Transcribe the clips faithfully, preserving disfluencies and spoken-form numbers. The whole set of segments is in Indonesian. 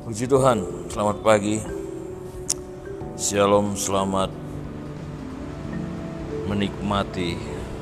Puji Tuhan, selamat pagi. Shalom, selamat menikmati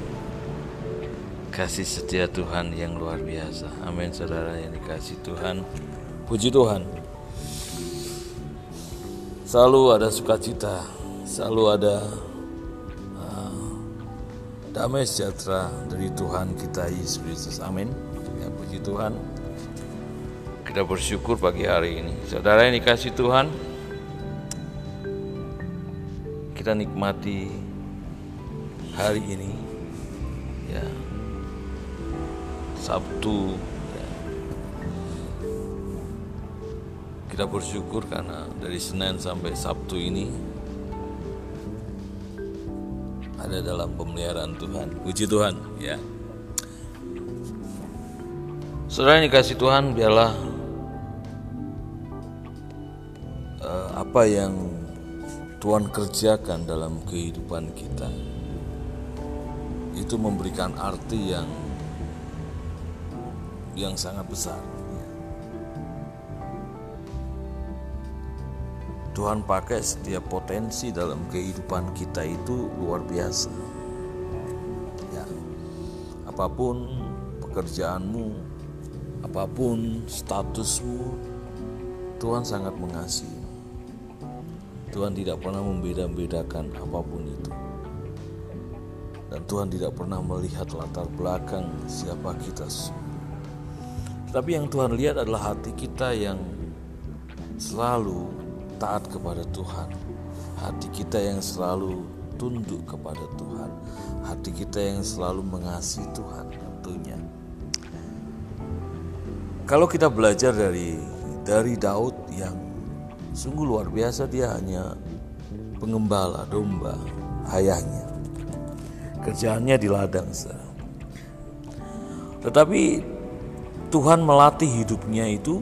kasih setia Tuhan yang luar biasa. Amin, saudara yang dikasih Tuhan. Puji Tuhan. Selalu ada sukacita, selalu ada uh, damai sejahtera dari Tuhan kita Yesus Kristus. Amin. Ya, puji Tuhan. Kita bersyukur pagi hari ini. Saudara yang dikasih Tuhan, kita nikmati hari ini, ya, Sabtu. Ya. Kita bersyukur karena dari Senin sampai Sabtu ini ada dalam pemeliharaan Tuhan. Puji Tuhan, ya. Saudara yang dikasih Tuhan, biarlah uh, apa yang Tuhan kerjakan dalam kehidupan kita itu memberikan arti yang yang sangat besar. Tuhan pakai setiap potensi dalam kehidupan kita itu luar biasa. Ya, apapun pekerjaanmu, apapun statusmu, Tuhan sangat mengasihi. Tuhan tidak pernah membeda-bedakan apapun itu. Dan Tuhan tidak pernah melihat latar belakang siapa kita semua. Tapi yang Tuhan lihat adalah hati kita yang selalu taat kepada Tuhan. Hati kita yang selalu tunduk kepada Tuhan. Hati kita yang selalu mengasihi Tuhan tentunya. Kalau kita belajar dari dari Daud yang sungguh luar biasa, dia hanya pengembala domba ayahnya. Kerjaannya di ladang. Tetapi Tuhan melatih hidupnya itu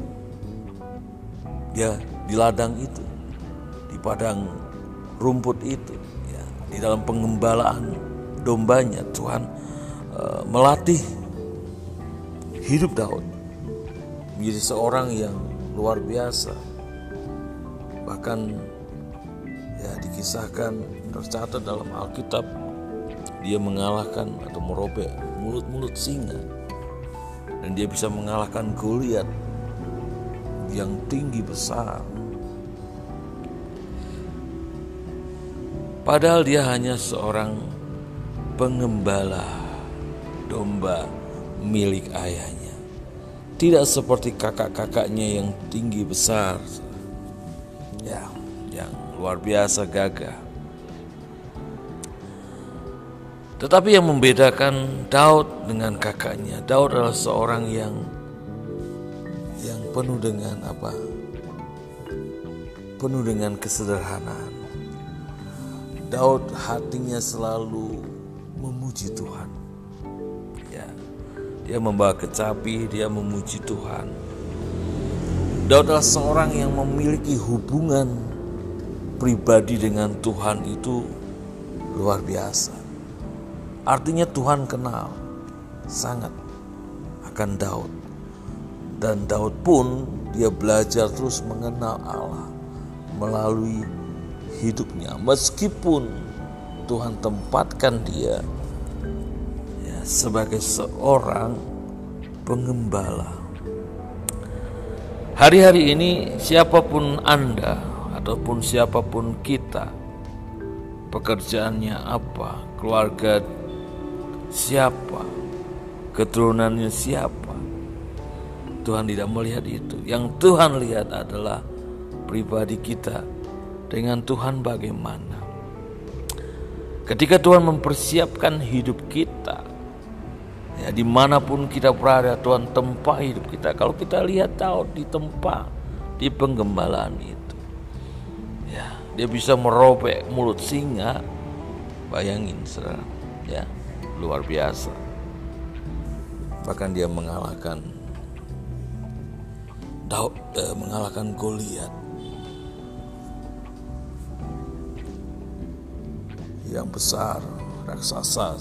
ya di ladang itu, di padang rumput itu, ya, di dalam pengembalaan dombanya. Tuhan uh, melatih hidup Daud menjadi seorang yang luar biasa. Bahkan ya dikisahkan, tercatat dalam Alkitab, dia mengalahkan atau merobek mulut-mulut singa, dan dia bisa mengalahkan Goliat yang tinggi besar. Padahal dia hanya seorang pengembala domba milik ayahnya. Tidak seperti kakak-kakaknya yang tinggi besar, ya, yang luar biasa gagah. Tetapi yang membedakan Daud dengan kakaknya, Daud adalah seorang yang yang penuh dengan apa? Penuh dengan kesederhanaan. Daud hatinya selalu memuji Tuhan. Ya. Dia membawa kecapi, dia memuji Tuhan. Daud adalah seorang yang memiliki hubungan pribadi dengan Tuhan itu luar biasa. Artinya Tuhan kenal sangat akan Daud. Dan Daud pun dia belajar terus mengenal Allah melalui hidupnya. Meskipun Tuhan tempatkan dia ya, sebagai seorang pengembala. Hari-hari ini siapapun Anda ataupun siapapun kita, pekerjaannya apa, keluarga siapa, keturunannya siapa, Tuhan tidak melihat itu. Yang Tuhan lihat adalah pribadi kita dengan Tuhan bagaimana. Ketika Tuhan mempersiapkan hidup kita, ya, dimanapun kita berada, Tuhan tempa hidup kita. Kalau kita lihat Daud ditempa di penggembalaan itu, ya, dia bisa merobek mulut singa. Bayangin, saudara, ya, luar biasa. Bahkan dia mengalahkan Daud, eh, mengalahkan Goliat yang besar, raksasa.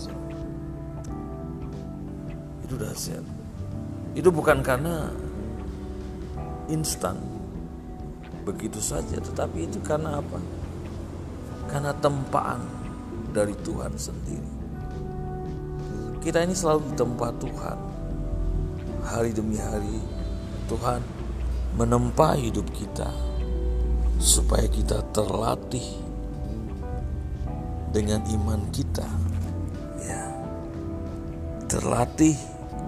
Itu dahsyat. Itu bukan karena instan, begitu saja, tetapi itu karena apa? Karena tempaan dari Tuhan sendiri. Kita ini selalu ditempa Tuhan. Hari demi hari Tuhan menempa hidup kita supaya kita terlatih dengan iman kita, ya, terlatih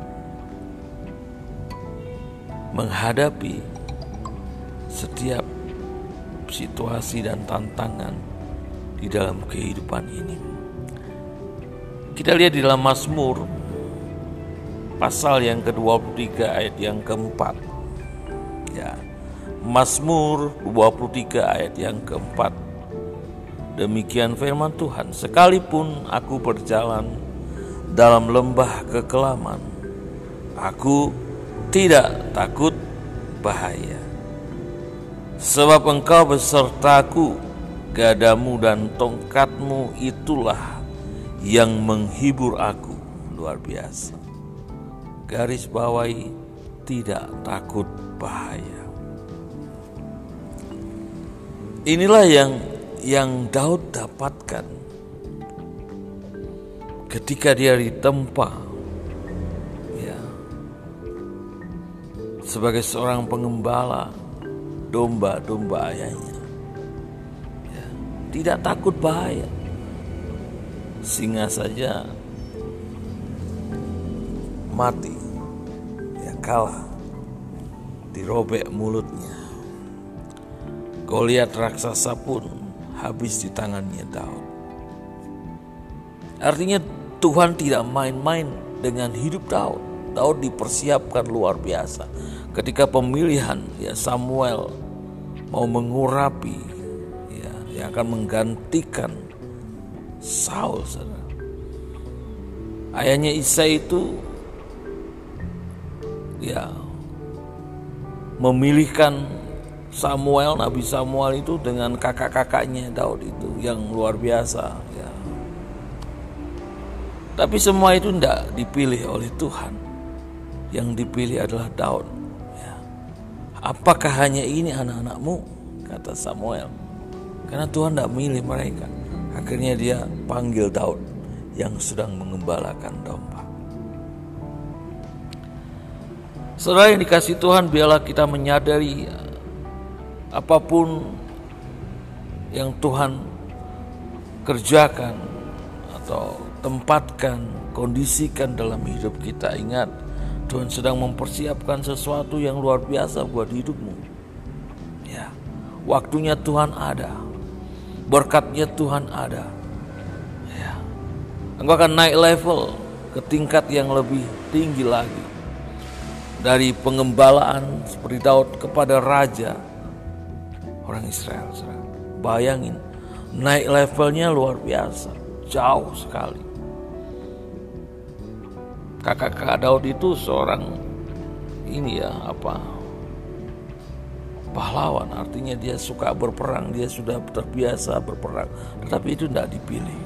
menghadapi setiap situasi dan tantangan di dalam kehidupan ini. Kita lihat di dalam Mazmur pasal yang ke dua puluh tiga ayat yang keempat. Ya, Mazmur dua puluh tiga ayat yang keempat. Demikian firman Tuhan, sekalipun aku berjalan dalam lembah kekelaman, aku tidak takut bahaya. Sebab engkau besertaku, gadamu dan tongkatmu itulah yang menghibur aku. Luar biasa. Garis bawahi, tidak takut bahaya. Inilah yang yang Daud dapatkan ketika dia ditempa, ya, sebagai seorang pengembala domba-domba ayahnya, ya, tidak takut bahaya. Singa saja mati, ya, kalah, dirobek mulutnya. Goliat raksasa pun habis di tangannya Daud. Artinya Tuhan tidak main-main dengan hidup Daud. Daud dipersiapkan luar biasa. Ketika pemilihan, ya, Samuel mau mengurapi, ya, yang akan menggantikan Saul, saudara. Ayahnya Isai itu, ya, memilihkan Samuel, Nabi Samuel itu dengan kakak-kakaknya Daud itu yang luar biasa, ya. Tapi semua itu tidak dipilih oleh Tuhan. Yang dipilih adalah Daud, ya. Apakah hanya ini anak-anakmu? Kata Samuel. Karena Tuhan tidak milih mereka. Akhirnya dia panggil Daud yang sedang mengembalakan domba. Saudara yang dikasihi Tuhan, biarlah kita menyadari apapun yang Tuhan kerjakan atau tempatkan, kondisikan dalam hidup kita, ingat Tuhan sedang mempersiapkan sesuatu yang luar biasa buat hidupmu. Ya, waktunya Tuhan ada, berkatnya Tuhan ada. Ya, engkau akan naik level ke tingkat yang lebih tinggi lagi. Dari pengembalaan seperti Daud kepada raja orang Israel. Bayangin, naik levelnya luar biasa, jauh sekali. Kakak-kakak Daud itu seorang ini, ya, apa, pahlawan. Artinya dia suka berperang, dia sudah terbiasa berperang. Tetapi itu tidak dipilih.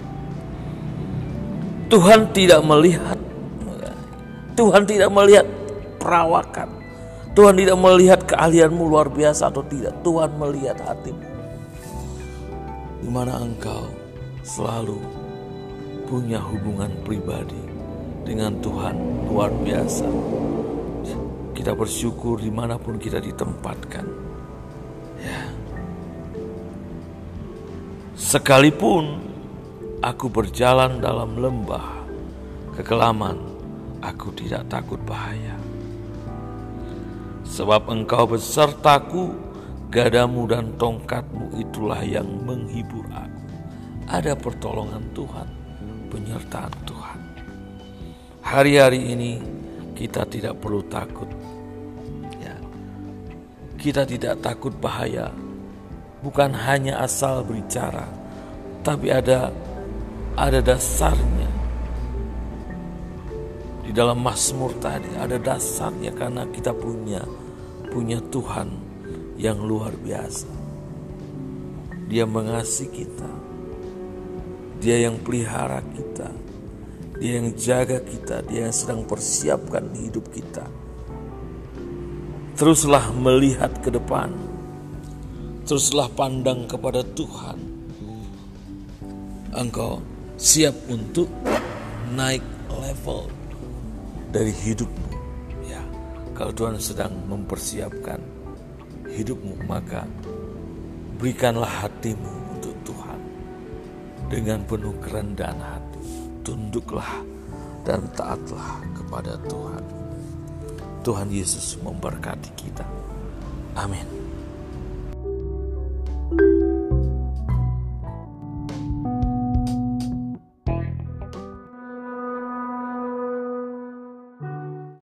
Tuhan tidak melihat, Tuhan tidak melihat perawakan, Tuhan tidak melihat keahlianmu luar biasa atau tidak. Tuhan melihat hatimu, di mana engkau selalu punya hubungan pribadi dengan Tuhan luar biasa. Kita bersyukur dimanapun kita ditempatkan, ya. Sekalipun aku berjalan dalam lembah kekelaman, aku tidak takut bahaya. Sebab engkau besertaku, gadamu dan tongkatmu itulah yang menghibur aku. Ada pertolongan Tuhan, penyertaan Tuhan. Hari-hari ini kita tidak perlu takut, ya. Kita tidak takut bahaya, bukan hanya asal bicara, tapi ada ada dasarnya. Di dalam Mazmur tadi ada dasarnya, karena kita punya punya Tuhan yang luar biasa. Dia mengasihi kita, Dia yang pelihara kita, Dia yang jaga kita, Dia yang sedang persiapkan hidup kita. Teruslah melihat ke depan, teruslah pandang kepada Tuhan. Engkau siap untuk naik level dari hidupmu. Ya, kalau Tuhan sedang mempersiapkan hidupmu, maka berikanlah hatimu untuk Tuhan dengan penuh kerendahan hati. Tunduklah dan taatlah kepada Tuhan. Tuhan Yesus memberkati kita. Amin.